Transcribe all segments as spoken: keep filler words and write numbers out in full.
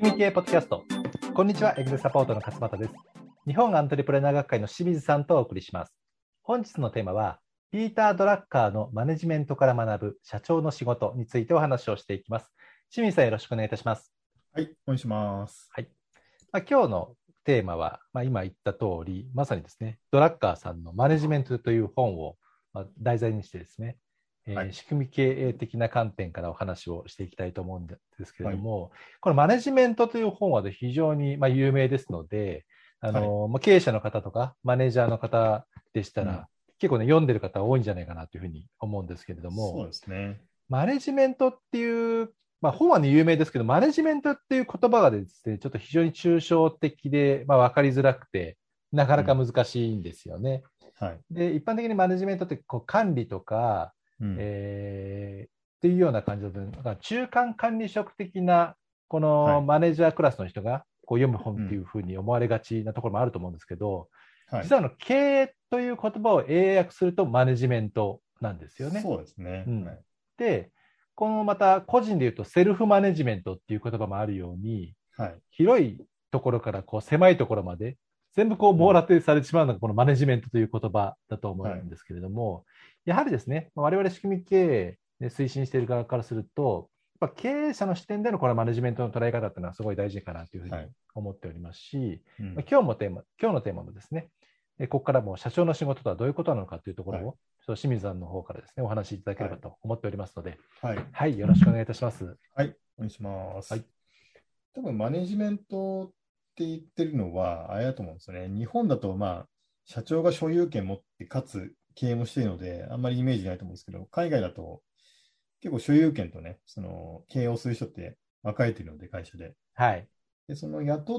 組み系ポッドキャスト。こんにちは、エグゼサポートの勝俣です。日本アントレプレナー学会の清水さんとお送りします。本日のテーマは、ピーター・ドラッカーのマネジメントから学ぶ社長の仕事についてお話をしていきます。清水さん、よろしくお願いいたします。 はい、お願いします。 はい。まあ、今日のテーマは、まあ、今言った通り、まさにですね、ドラッカーさんのマネジメントという本を題材にしてですね、えーはい、仕組み経営的な観点からお話をしていきたいと思うんですけれども、はい、このマネジメントという本は非常にまあ有名ですので、あの、はい、経営者の方とかマネージャーの方でしたら、うん、結構ね読んでる方多いんじゃないかなというふうに思うんですけれども、 そうですね。 マネジメントっていう、まあ、本は、ね、有名ですけど、マネジメントっていう言葉がですね、ちょっと非常に抽象的で、まあ、分かりづらくて、なかなか難しいんですよね。 うんはい、 で、一般的にマネジメントってこう管理とか、うんえー、っていうような感じで、中間管理職的なこのマネージャークラスの人がこう読む本っていうふうに思われがちなところもあると思うんですけど、はい、実はあの経営という言葉を英訳するとマネジメントなんですよね。 そうですね。 うんはい、 で、このまた個人で言うとセルフマネジメントっていう言葉もあるように、はい、広いところからこう狭いところまで全部こう網羅定されてしまうのがこのマネジメントという言葉だと思うんですけれども、はい、やはりですね、我々仕組み経営で推進している側からすると、やっぱ経営者の視点でのこのマネジメントの捉え方っていうのはすごい大事かなというふうに思っておりますし、はいうん、今日もテーマ、今日のテーマもですね、ここからも社長の仕事とはどういうことなのかというところを、はい、清水さんの方からですね、お話しいただければと思っておりますので、はい、はい、よろしくお願いいたします。 はい、お願いします。はい、多分マネジメントって言ってるのは、あれだと思うんですよね。日本だと、まあ、社長が所有権持って、かつ経営もしているので、あんまりイメージないと思うんですけど、海外だと、結構所有権とね、その経営をする人って分かれているので、会社で。 はい。 で、その雇った、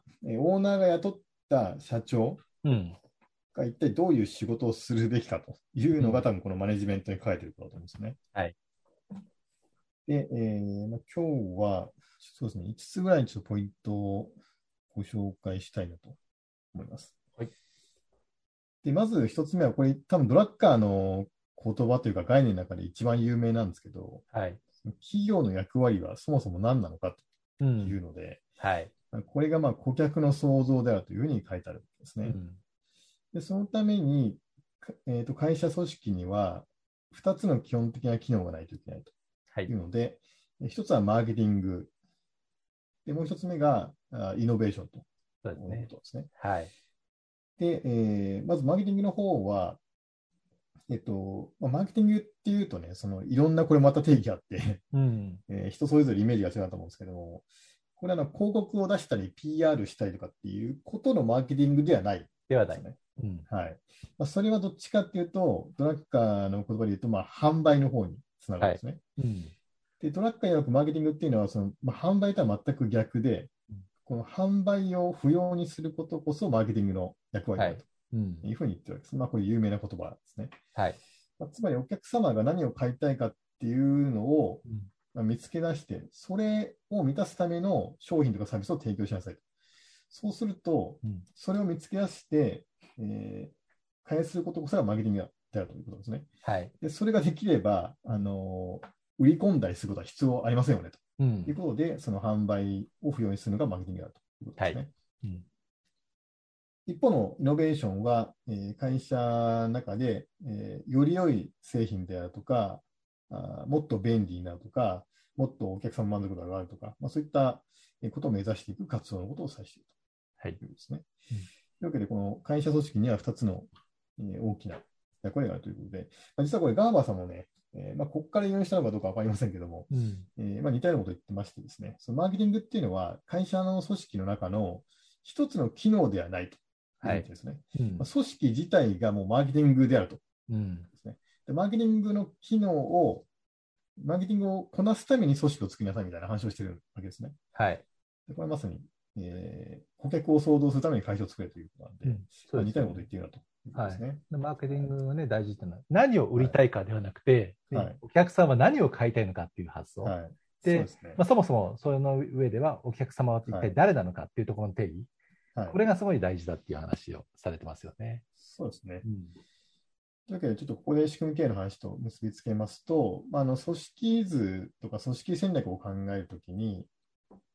オーナーが雇った社長、うんが一体どういう仕事をするべきかというのが、うん、多分このマネジメントに書かれていることだと思うんですね。はい。で、えーまあ、今日はそうですね、いつつぐらいにちょっとポイントをご紹介したいなと思います。はい。で、まず一つ目は、これ多分ドラッカーの言葉というか概念の中で一番有名なんですけど、はい、企業の役割はそもそも何なのかというので、うんはい、これがまあ顧客の創造であるというふうに書いてあるんですね。うんでそのために、えーと、会社組織にはふたつの基本的な機能がないといけないというので、はい、ひとつはマーケティング、でもうひとつめがイノベーションということですね。はい、で、えー、まずマーケティングの方は、えっとまあ、マーケティングっていうとね、そのいろんなこれまた定義があって、うんえー、人それぞれイメージが違うと思うんですけども、これは広告を出したり ピーアール したりとかっていうことのマーケティングではない、 ではない。 うんはいまあ、それはどっちかっていうと、ドラッカーの言葉で言うと、まあ、販売の方につながるんですね。はいうん、でドラッカー曰くマーケティングっていうのはその、まあ、販売とは全く逆で、この販売を不要にすることこそマーケティングの役割だというふうに言ってるわけです。はいうんまあ、これ有名な言葉ですね。はいまあ、つまりお客様が何を買いたいかっていうのを、まあ、見つけ出して、それを満たすための商品とかサービスを提供しなさいと。そうすると、うん、それを見つけ出して、えー、開発することこそがマーケティングであるということですね。はい、でそれができれば、あの売り込んだりすることは必要ありませんよねと、うん、いうことで、その販売を不要にするのがマーケティングであるということですね。はいうん一方のイノベーションは、えー、会社の中で、えー、より良い製品であるとかあ、もっと便利になるとか、もっとお客様満足度が上がるとか、まあ、そういったことを目指していく活動のことを指しているということですね。はいうん、というわけで、この会社組織にはふたつの、えー、大きな役割があるということで、まあ、実はこれ、ガーバーさんもね、えーまあ、ここから引用したのかどうか分かりませんけども、うんえーまあ、似たようなことを言ってましてですね、そのマーケティングっていうのは、会社の組織の中の一つの機能ではないと。はいですねうんまあ、組織自体がもうマーケティングであると、うんですねで。マーケティングの機能を、マーケティングをこなすために組織を作りなさいみたいな話をしているわけですね。はい、でこれはまさに、えー、顧客を創造するために会社を作れということなんで、うんそうですねまあ、似たようなことを言っているなということですね。 はい、マーケティングが、ね、大事というのは、何を売りたいかではなくて、はい、お客さんは何を買いたいのかっていう発想。はいでそうですねまあ、そもそもその上では、お客様は一体誰なのかっていうところの定義。はい、これがすごい大事だっていう話をされてますよね。 そうですね。うん、というわけで、ちょっとここで仕組み系の話と結びつけますと、まあ、あの組織図とか組織戦略を考えるときに、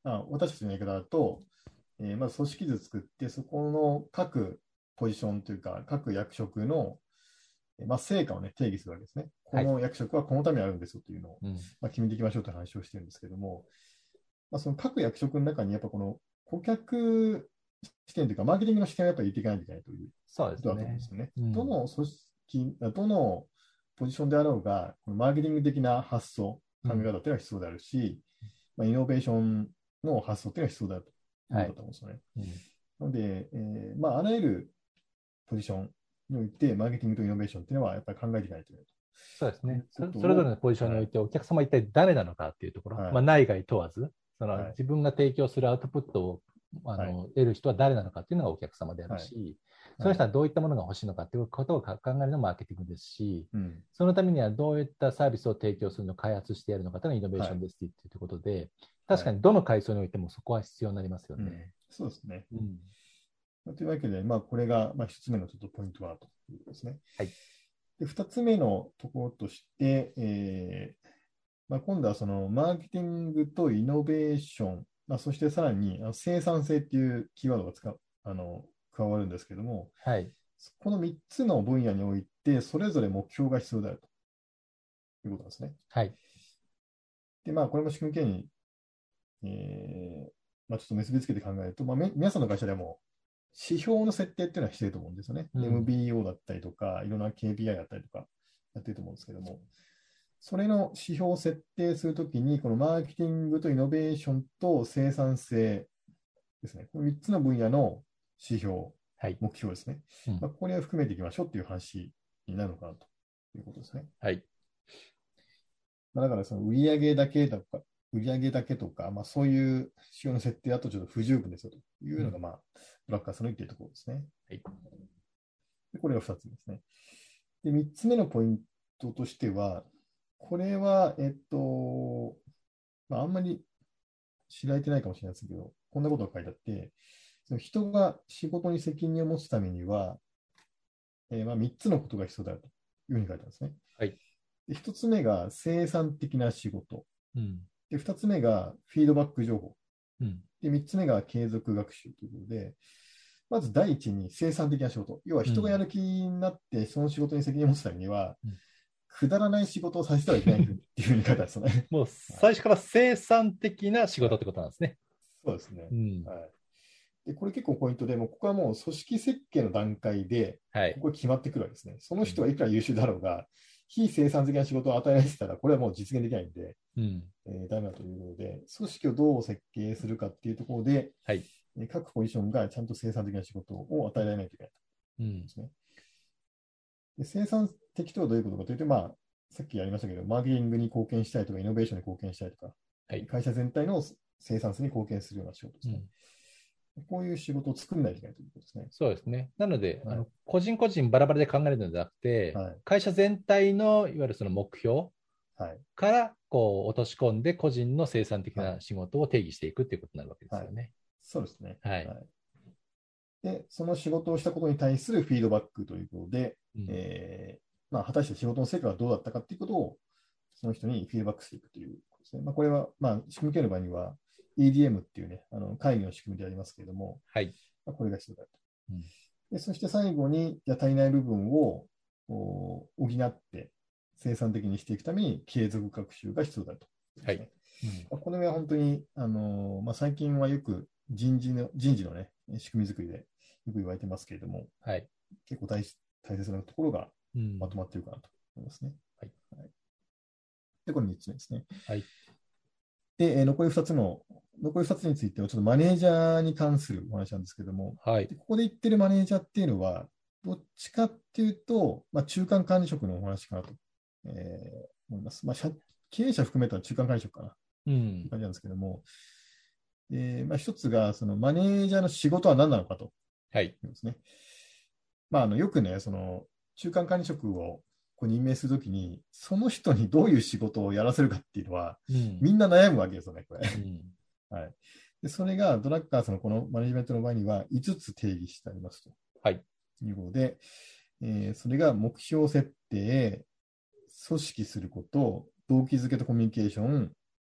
あ私たちのやり方だと、えーまず組織図作って、そこの各ポジションというか、各役職の、まあ、成果を、ね、定義するわけですね。この役職はこのためにあるんですよというのを、はい、まあ、決めていきましょうという話をしてるんですけども、まあ、その各役職の中に、やっぱこの顧客視点というか、マーケティングの視点をやっぱり入れていかないといけないということだと思うんですよね。うん、どの組織、どのポジションであろうが、このマーケティング的な発想、考え方というのは必要であるし、うん、まあ、イノベーションの発想というのは必要であるということだと思うんですよね。はい、うん、なので、えーまあ、あらゆるポジションにおいて、マーケティングとイノベーションというのはやっぱり考えていかないといけないと。 そうですね。そ, それぞれのポジションにおいて、お客様は一体誰なのかっていうところ、はい、まあ、内外問わず、その、はい、自分が提供するアウトプットをあの、はい、得る人は誰なのかっていうのがお客様であるし、はい、その人はどういったものが欲しいのかっていうことを考えるのがマーケティングですし、うん、そのためにはどういったサービスを提供するのを開発してやるのかというのがイノベーションですっていうことで、はい、確かにどの階層においてもそこは必要になりますよね。うん、 そうですね。うん、というわけで、まあ、これがまあ一つ目のちょっとポイントだということですね。はい、で二つ目のところとして、えーまあ、今度はそのマーケティングとイノベーション、まあ、そしてさらにあの生産性っていうキーワードが使うあの加わるんですけども、はい、このみっつの分野において、それぞれ目標が必要であるということなんですね。はい、で、まあ、これも仕組み系に、えーまあ、ちょっと結びつけて考えると、まあ、皆さんの会社でも指標の設定っていうのはしてると思うんですよね。うん、エムビーオー だったりとか、いろんな ケーピーアイ だったりとかやってると思うんですけども、それの指標を設定するときに、このマーケティングとイノベーションと生産性ですね。このみっつの分野の指標、はい、目標ですね。うん、まあ、これを含めていきましょうという話になるのかなということですね。はい。まあ、だからその売上だけとか、売上だけとか、まあ、そういう指標の設定だとちょっと不十分ですよというのが、まあ、ブラッカーさんの言っているところですね。はい。でこれがふたつですね。で、みっつめのポイントとしては、これは、えっと、まあ、あんまり知られてないかもしれないですけど、こんなことが書いてあって、その人が仕事に責任を持つためには、えー、まあみっつのことが必要だというふうに書いてあるんですね。はい、でひとつめが生産的な仕事。うん、でふたつめがフィードバック情報。うん、でみっつめが継続学習ということで、まず第一に生産的な仕事。要は人がやる気になって、その仕事に責任を持つためには、うん、くだらない仕事をさせてはいけないっていうふうに書いてあるんですよね。 もう最初から生産的な仕事ってことなんですね。 はい、そうですね。うん、はい。でこれ結構ポイントで、もうここはもう組織設計の段階で、ここ決まってくるわけですね。はい、その人がいくら優秀だろうが、うん、非生産的な仕事を与えられてたら、これはもう実現できないんで、うんえー、ダメだということで、組織をどう設計するかっていうところで、はい、各ポジションがちゃんと生産的な仕事を与えられないといけないということですね。うん、で生産的とはどういうことかというと、まあ、さっきやりましたけど、マーケティングに貢献したいとか、イノベーションに貢献したいとか、はい、会社全体の生産性に貢献するような仕事ですね。うん、こういう仕事を作らないといけないということですね。 そうですね。なので、はい、あの個人個人バラバラで考えるのではなくて、はい、会社全体のいわゆるその目標からこう落とし込んで、個人の生産的な仕事を定義していくということになるわけですよね。はい、 そうですね。はい、はい。で、その仕事をしたことに対するフィードバックということで、うんえーまあ、果たして仕事の成果がどうだったかということを、その人にフィードバックしていくということですね。まあ、これは、まあ、仕組み系の場合には、イーディーエム っていうね、あの会議の仕組みでありますけれども、はいまあ、これが必要だと。うんでそして最後に、じゃ足りない部分を補って生産的にしていくために継続学習が必要だと、ね。はいうん、これは本当に、あのまあ、最近はよく人事の人事の、ね、仕組み作りでよく言われてますけれども、はい、結構 大, 大切なところがまとまっているかなと思いますね。うんはいはい、で、これみっつめですね。はい、で、えー、残りふたつの、残りふたつについては、ちょっとマネージャーに関するお話なんですけども、はい、でここで言ってるマネージャーっていうのは、どっちかっていうと、まあ、中間管理職のお話かなと、えー、思います。まあ、経営者含めた中間管理職かな、うん、という感じなんですけども、えーまあ、一つが、そのマネージャーの仕事は何なのかと。はい。ですね。まあ、あのよくね、その中間管理職をこう任命するときに、その人にどういう仕事をやらせるかっていうのは、うん、みんな悩むわけですよね、これ。うんはい、でそれがドラッカーズのこのマネジメントの場合にはいつつ定義してありますと。はい。いうことで、えー、それが目標設定、組織すること、動機づけとコミュニケーション、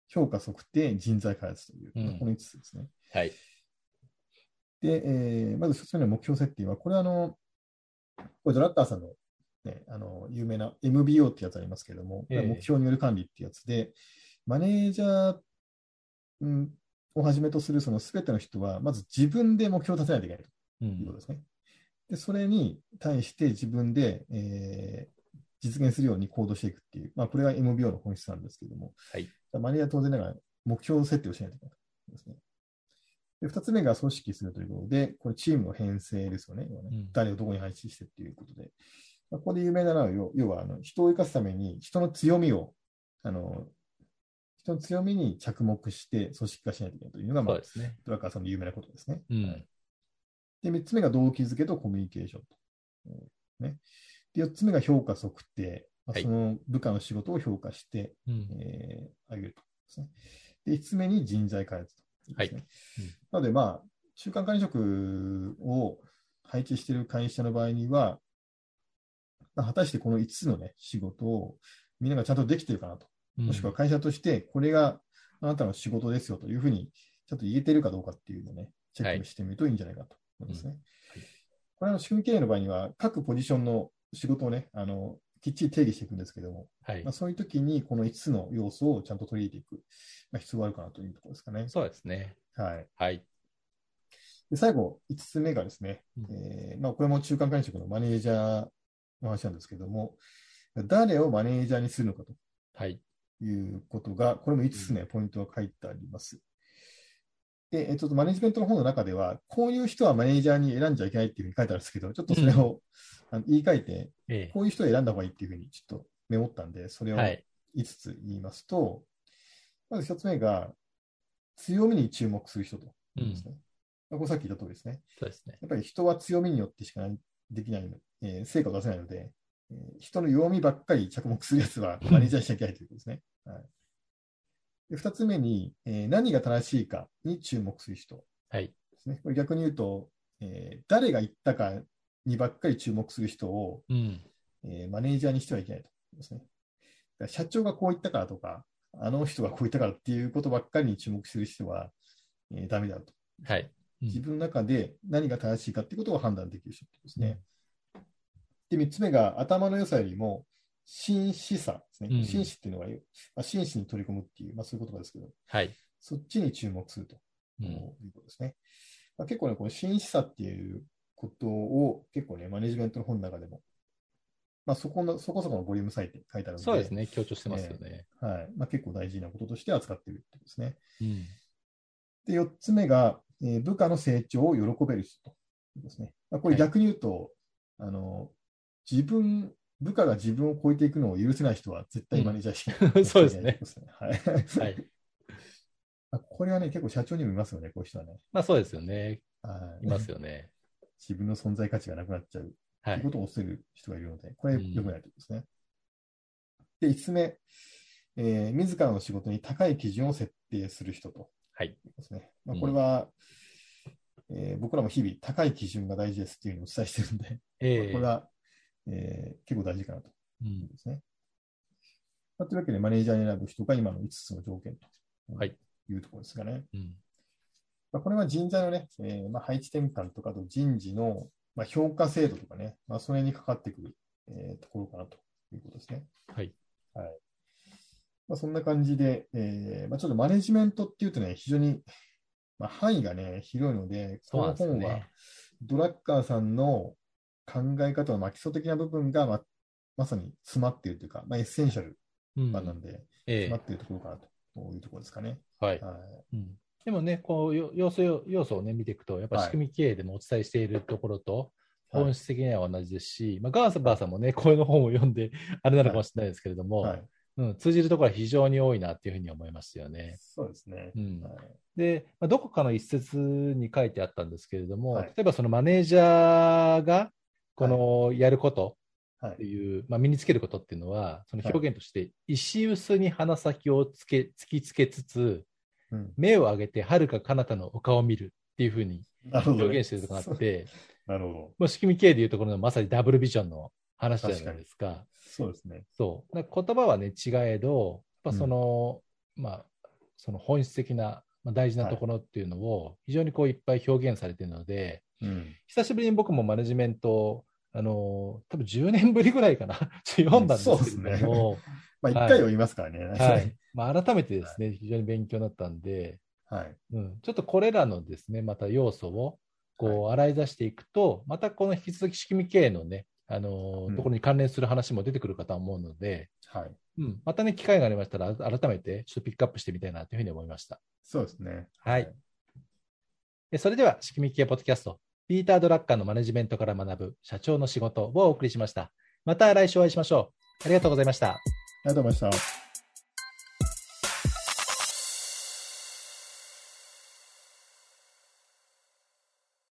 評価測定、人材開発という、 うん、 このいつつですね。 はい。 で、えー、まずひとつめの目標設定は、これはあの、これドラッカーさんの、ね、あの有名な エムビーオー ってやつありますけれども、えー、目標による管理ってやつで、マネージャー、うん、をはじめとするその全ての人は、まず自分で目標を立てないといけないということですね。うん、でそれに対して自分で、えー、実現するように行動していくっていう、まあ、これが エムビーオー の本質なんですけれども、 はい、 マネージャーは当然ながら目標設定をしないといけないですね。でふたつめが組織するということで、これチームの編成ですよね。ねうん、誰をどこに配置してということで。まあ、ここで有名なのは、要はあの人を生かすために人の強みを、あの人の強みに着目して組織化しないといけないというのが、まあ、ね、ドラッカーさんの有名なことですね。うん、はい、で、みっつめが動機づけとコミュニケーションと。ね、でよっつめが評価測定。まあ、その部下の仕事を評価して、はい、えー、あげるとですね。で、いつつめに人材開発と、ね。はい、うん、なので、まあ、中間管理職を配置している会社の場合には、まあ、果たしてこのいつつの、ね、仕事をみんながちゃんとできているかなと。もしくは会社として、これがあなたの仕事ですよというふうに、ちゃんと言えているかどうかっていうのをね、チェックしてみるといいんじゃないかと思いますね。はい、うん、はい、これは仕組み経営の場合には、各ポジションの仕事をね、あのきっちり定義していくんですけども、はい、まあ、そういうときにこのいつつの要素をちゃんと取り入れていく、まあ、必要があるかなというところですかね。 そうですね。 はい。 はい、 で最後、いつつめがですね、うん、えーまあ、これも中間管理職のマネージャーの話なんですけども、誰をマネージャーにするのかと。はい。いうことが、これもいつつね、うん、ポイントが書いてあります。で、ちょっとマネジメントの本の中では、こういう人はマネージャーに選んじゃいけないっていうふうに書いてあるんですけど、ちょっとそれを、うん、あの言い換えて、ええ、こういう人を選んだ方がいいっていうふうにちょっとメモったんで、それをいつつ言いますと、はい、まずひとつめが、強みに注目する人というですね。うん、これさっき言った通りですね。 そうですね。 やっぱり人は強みによってしかできないの、えー、成果を出せないので、えー、人の弱みばっかり着目するやつはマネージャーにしちゃいけないということですね。はい、でふたつめに、えー、何が正しいかに注目する人ですね。はい、これ逆に言うと、えー、誰が言ったかにばっかり注目する人を、うん、えー、マネージャーにしてはいけないとですね。だから社長がこう言ったからとか、あの人がこう言ったからっていうことばっかりに注目する人は、えー、ダメだと。はい、うん、自分の中で何が正しいかっていうことを判断できる人ですね。うん、で、みっつめが頭の良さよりも真摯さですね。うん、真摯っていうのが、まあ、真摯に取り込むっていう、まあ、そういう言葉ですけど、はい、そっちに注目するということですね。うん、まあ、結構ね、この真摯さっていうことを結構ね、マネジメントの本の中でも、まあ、そこのそこそこのボリューム割いて書いてあるので、 そうですね、強調してますよね。 えーはい、まあ、結構大事なこととして扱っているってことですね。うん、で、よっつめが、えー、部下の成長を喜べる人とですね。まあ、これ逆に言うと、はい、あの自分、部下が自分を超えていくのを許せない人は絶対マネージャーしない、 うん、そうですね。 はいはいこれはね、結構社長にもいますよね、こういう人はね。 まあそうですよね。はい、いますよね。 自分の存在価値がなくなっちゃうということを恐れる人がいるので、これ良くないということですね。うん、で、いつつめ、えー、自らの仕事に高い基準を設定する人と。はい。ですね。まあ、これは、うんえー、僕らも日々高い基準が大事ですっていうのをお伝えしてるんで、えーまあ、これは、えー、結構大事かなということですね。うんまあ、というわけで、マネージャーに選ぶ人が今のいつつの条件というところですがね。はいうんまあ、これは人材のね、えーまあ、配置転換とかと人事の、まあ、評価制度とかね、まあ、それにかかってくる、えー、ところかなということですね。はい。はいまあ、そんな感じで、えーまあ、ちょっとマネジメントっていうとね、非常に、まあ、範囲がね、広いので、この本は、ドラッカーさんの考え方の、まあ、基礎的な部分が、まあ、まさに詰まっているというか、まあ、エッセンシャルなんで、うん詰まっているところかなというところですかね。はい。はいうんでもね、こう要素要素を、ね、見ていくと、やっぱり仕組み経営でもお伝えしているところと、本質的には同じですし、はいまあ、ガーバーさんもね、こういう本を読んで、あれなのかもしれないですけれども、はいうん、通じるところは非常に多いなというふうに思いますよね。 そうですね。 うんはい、で、まあ、どこかの一節に書いてあったんですけれども、はい、例えばそのマネージャーが、このやること、っていう、はいまあ、身につけることっていうのは、その表現として、石臼に鼻先をつけ突きつけつつ、うん、目を上げて遥か彼方のお顔を見るっていうふうに表現してるところがあって、 なるほど。 まあ、仕組み系でいうところのまさにダブルビジョンの話じゃないですか。 そうですね。 そう。言葉はね、違えど、やっぱその、うん、まあ、 その本質的な、まあ、大事なところっていうのを非常にこういっぱい表現されているので、うん、久しぶりに僕もマネジメント、あの多分じゅうねんぶりぐらいかな読んだんですけども、そうですねまあいっかい読みますからね、 はいはいまあ、改めてですね、非常に勉強になったんで、はいうん、ちょっとこれらのですねまた要素をこう洗い出していくと、またこの引き続き仕組み系のね、あのー、ところに関連する話も出てくるかと思うので、はいうん、またね、機会がありましたら、改めてちょっとピックアップしてみたいなというふうに思いました。 そうですね。 はい。でそれでは、仕組み系ポッドキャスト、ピーター・ドラッカーのマネジメントから学ぶ社長の仕事をお送りしました。また来週お会いしましょう。ありがとうございました。ありがとうございました。